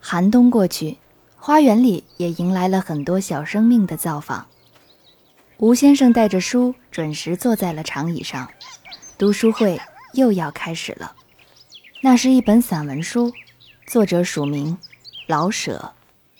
寒冬过去，花园里也迎来了很多小生命的造访。吴先生带着书准时坐在了长椅上，读书会又要开始了。那是一本散文书，作者署名老舍。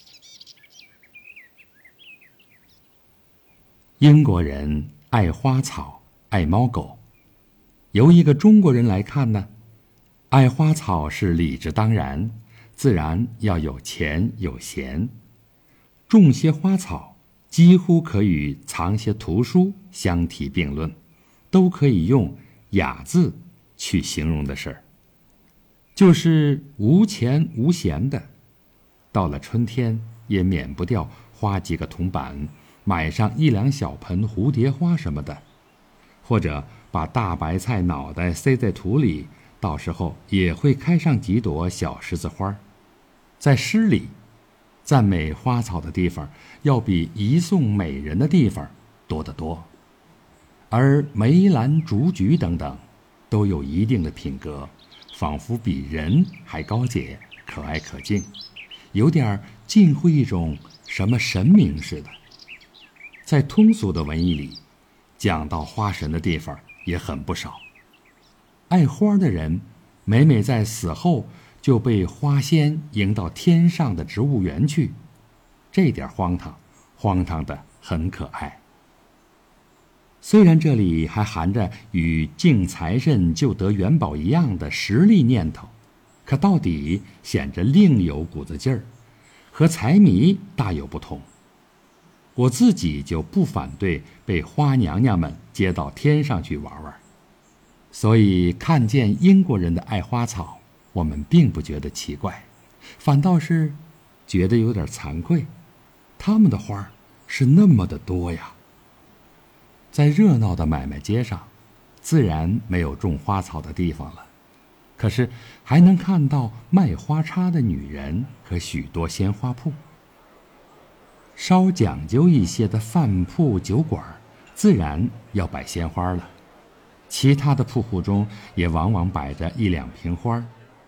英国人爱花草，爱猫狗。由一个中国人来看呢，爱花草是理之当然，自然要有钱有闲。种些花草几乎可与藏些图书相提并论，都可以用雅字去形容的事儿。就是无钱无闲的，到了春天也免不掉花几个铜板，买上一两小盆蝴蝶花什么的，或者把大白菜脑袋塞在土里，到时候也会开上几朵小十字花。在诗里，赞美花草的地方要比吟颂美人的地方多得多，而梅兰竹菊等等都有一定的品格，仿佛比人还高洁，可爱可敬，有点近乎一种什么神明似的。在通俗的文艺里，讲到花神的地方也很不少。爱花的人每每在死后就被花仙迎到天上的植物园去，这点荒唐，荒唐的很可爱。虽然这里还含着与敬财神就得元宝一样的实力念头，可到底显着另有股子劲儿，和财迷大有不同。我自己就不反对被花娘娘们接到天上去玩玩，所以看见英国人的爱花草，我们并不觉得奇怪，反倒是觉得有点惭愧，他们的花是那么的多呀。在热闹的买卖街上，自然没有种花草的地方了，可是还能看到卖花叉的女人和许多鲜花铺。稍讲究一些的饭铺酒馆自然要摆鲜花了，其他的铺户中也往往摆着一两瓶花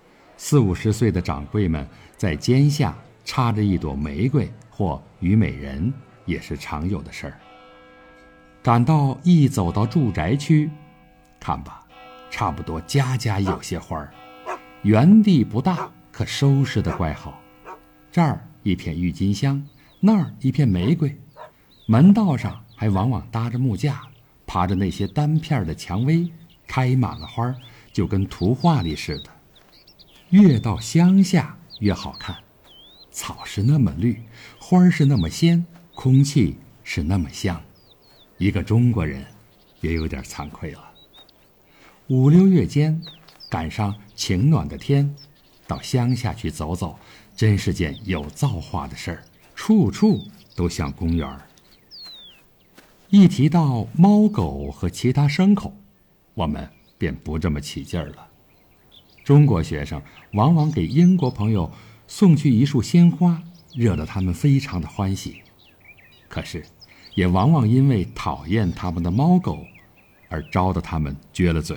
，40-50岁的长辈们在肩下插着一朵玫瑰或虞美人，也是常有的事儿。赶到一走到住宅区，看吧，差不多家家有些花儿，园地不大，可收拾得怪好。这儿一片郁金香，那儿一片玫瑰，门道上还往往搭着木架，爬着那些单片的蔷薇，开满了花，就跟图画里似的。越到乡下越好看，草是那么绿，花是那么鲜，空气是那么香。一个中国人也有点惭愧了。5-6月间赶上晴暖的天，到乡下去走走，真是件有造化的事儿，处处都像公园。一提到猫狗和其他牲口，我们便不这么起劲儿了。中国学生往往给英国朋友送去一束鲜花，惹得他们非常的欢喜，可是也往往因为讨厌他们的猫狗而招得他们撅了嘴。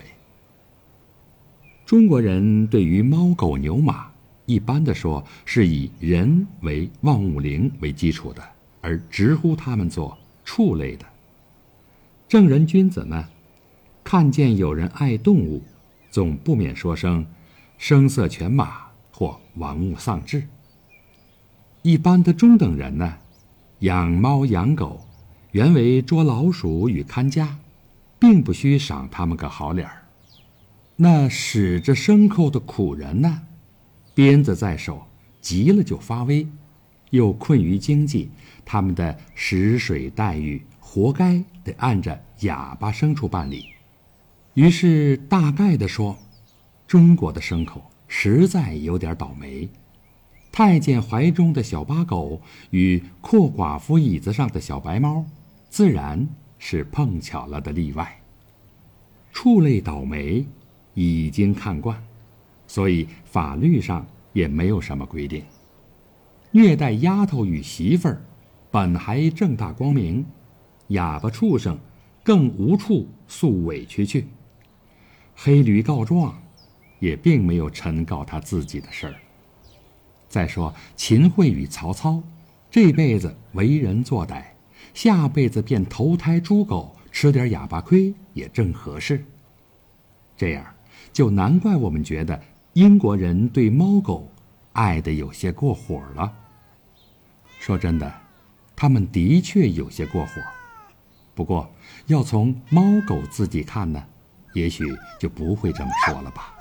中国人对于猫狗牛马一般的说是以人为万物灵为基础的，而直呼他们做畜类的。正人君子呢，看见有人爱动物，总不免说声声色犬马或玩物丧志。一般的中等人呢，养猫养狗原为捉老鼠与看家，并不需赏他们个好脸儿。那使着牲口的苦人呢，鞭子在手，急了就发威，又困于经济，他们的食水待遇活该得按着哑巴牲畜办理。于是大概的说，中国的牲口实在有点倒霉。太监怀中的小巴狗与阔寡妇椅子上的小白猫，自然是碰巧了的例外。畜类倒霉已经看惯，所以法律上也没有什么规定。虐待丫头与媳妇儿本还正大光明，哑巴畜生更无处诉委屈去。黑驴告状也并没有陈告他自己的事儿。 再说秦桧与曹操，这辈子为人作歹，下辈子便投胎猪狗，吃点哑巴亏也正合适。这样就难怪我们觉得英国人对猫狗爱得有些过火了。说真的，他们的确有些过火，不过要从猫狗自己看呢，也许就不会这么说了吧。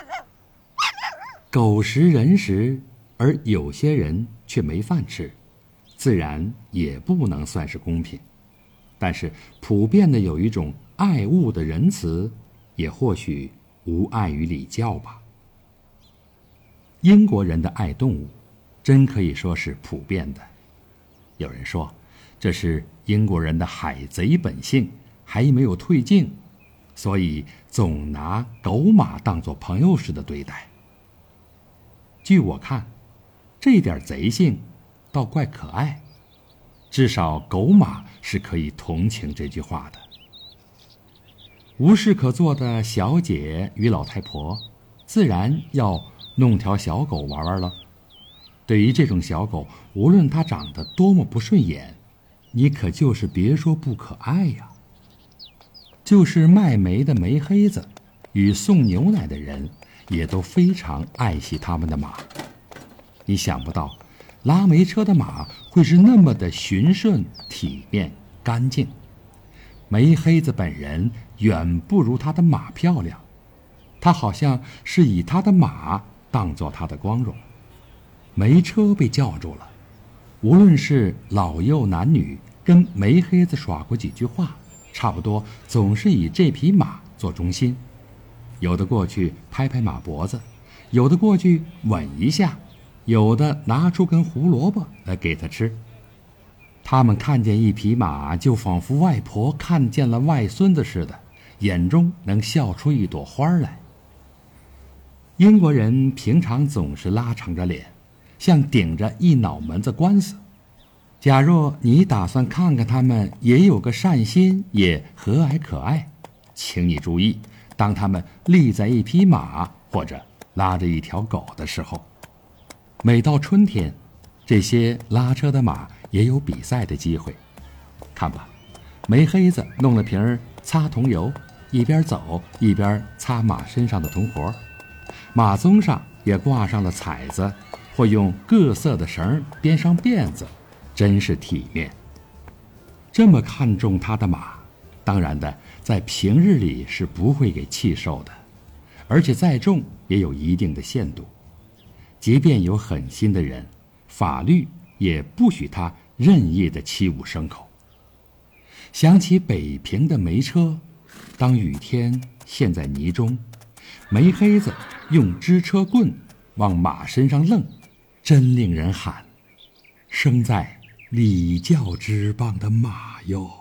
狗食人食，而有些人却没饭吃，自然也不能算是公平。但是普遍的有一种爱物的仁慈，也或许无碍于礼教吧。英国人的爱动物，真可以说是普遍的。有人说，这是英国人的海贼本性还没有退尽，所以总拿狗马当作朋友似的对待。据我看，这点贼性倒怪可爱，至少狗马是可以同情这句话的。无事可做的小姐与老太婆，自然要弄条小狗玩玩了。对于这种小狗，无论它长得多么不顺眼，你可就是别说不可爱呀。就是卖煤的煤黑子与送牛奶的人，也都非常爱惜他们的马。你想不到，拉煤车的马会是那么的驯顺、体面、干净。煤黑子本人远不如他的马漂亮，他好像是以他的马当作他的光荣。煤车被叫住了，无论是老幼男女，跟煤黑子耍过几句话，差不多总是以这匹马做中心。有的过去拍拍马脖子，有的过去吻一下，有的拿出根胡萝卜来给他吃。他们看见一匹马，就仿佛外婆看见了外孙子似的，眼中能笑出一朵花来。英国人平常总是拉长着脸，像顶着一脑门子官司。假若你打算看看他们也有个善心，也和蔼可爱，请你注意，当他们立在一匹马或者拉着一条狗的时候，每到春天，这些拉车的马也有比赛的机会。看吧，煤黑子弄了瓶擦桐油，一边走一边擦马身上的铜活，马鬃上也挂上了彩子，或用各色的绳编上辫子，真是体面。这么看重他的马，当然的，在平日里是不会给弃售的，而且再重也有一定的限度。即便有狠心的人，法律也不许他任意的欺侮牲口。想起北平的煤车，当雨天陷在泥中，煤黑子用支车棍往马身上愣，真令人喊：生在礼教之邦的马哟。